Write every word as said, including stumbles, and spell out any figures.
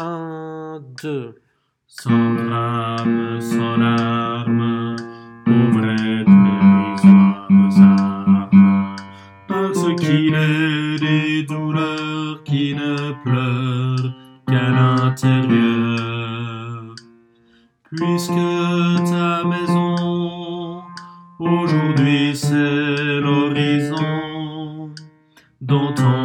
Un, deux. Sans drame, sans larmes, pauvrettes dérisoires armes, parce qu'il est des douleurs qui ne pleurent qu'à l'intérieur. Puisque ta maison, aujourd'hui c'est l'horizon, dont on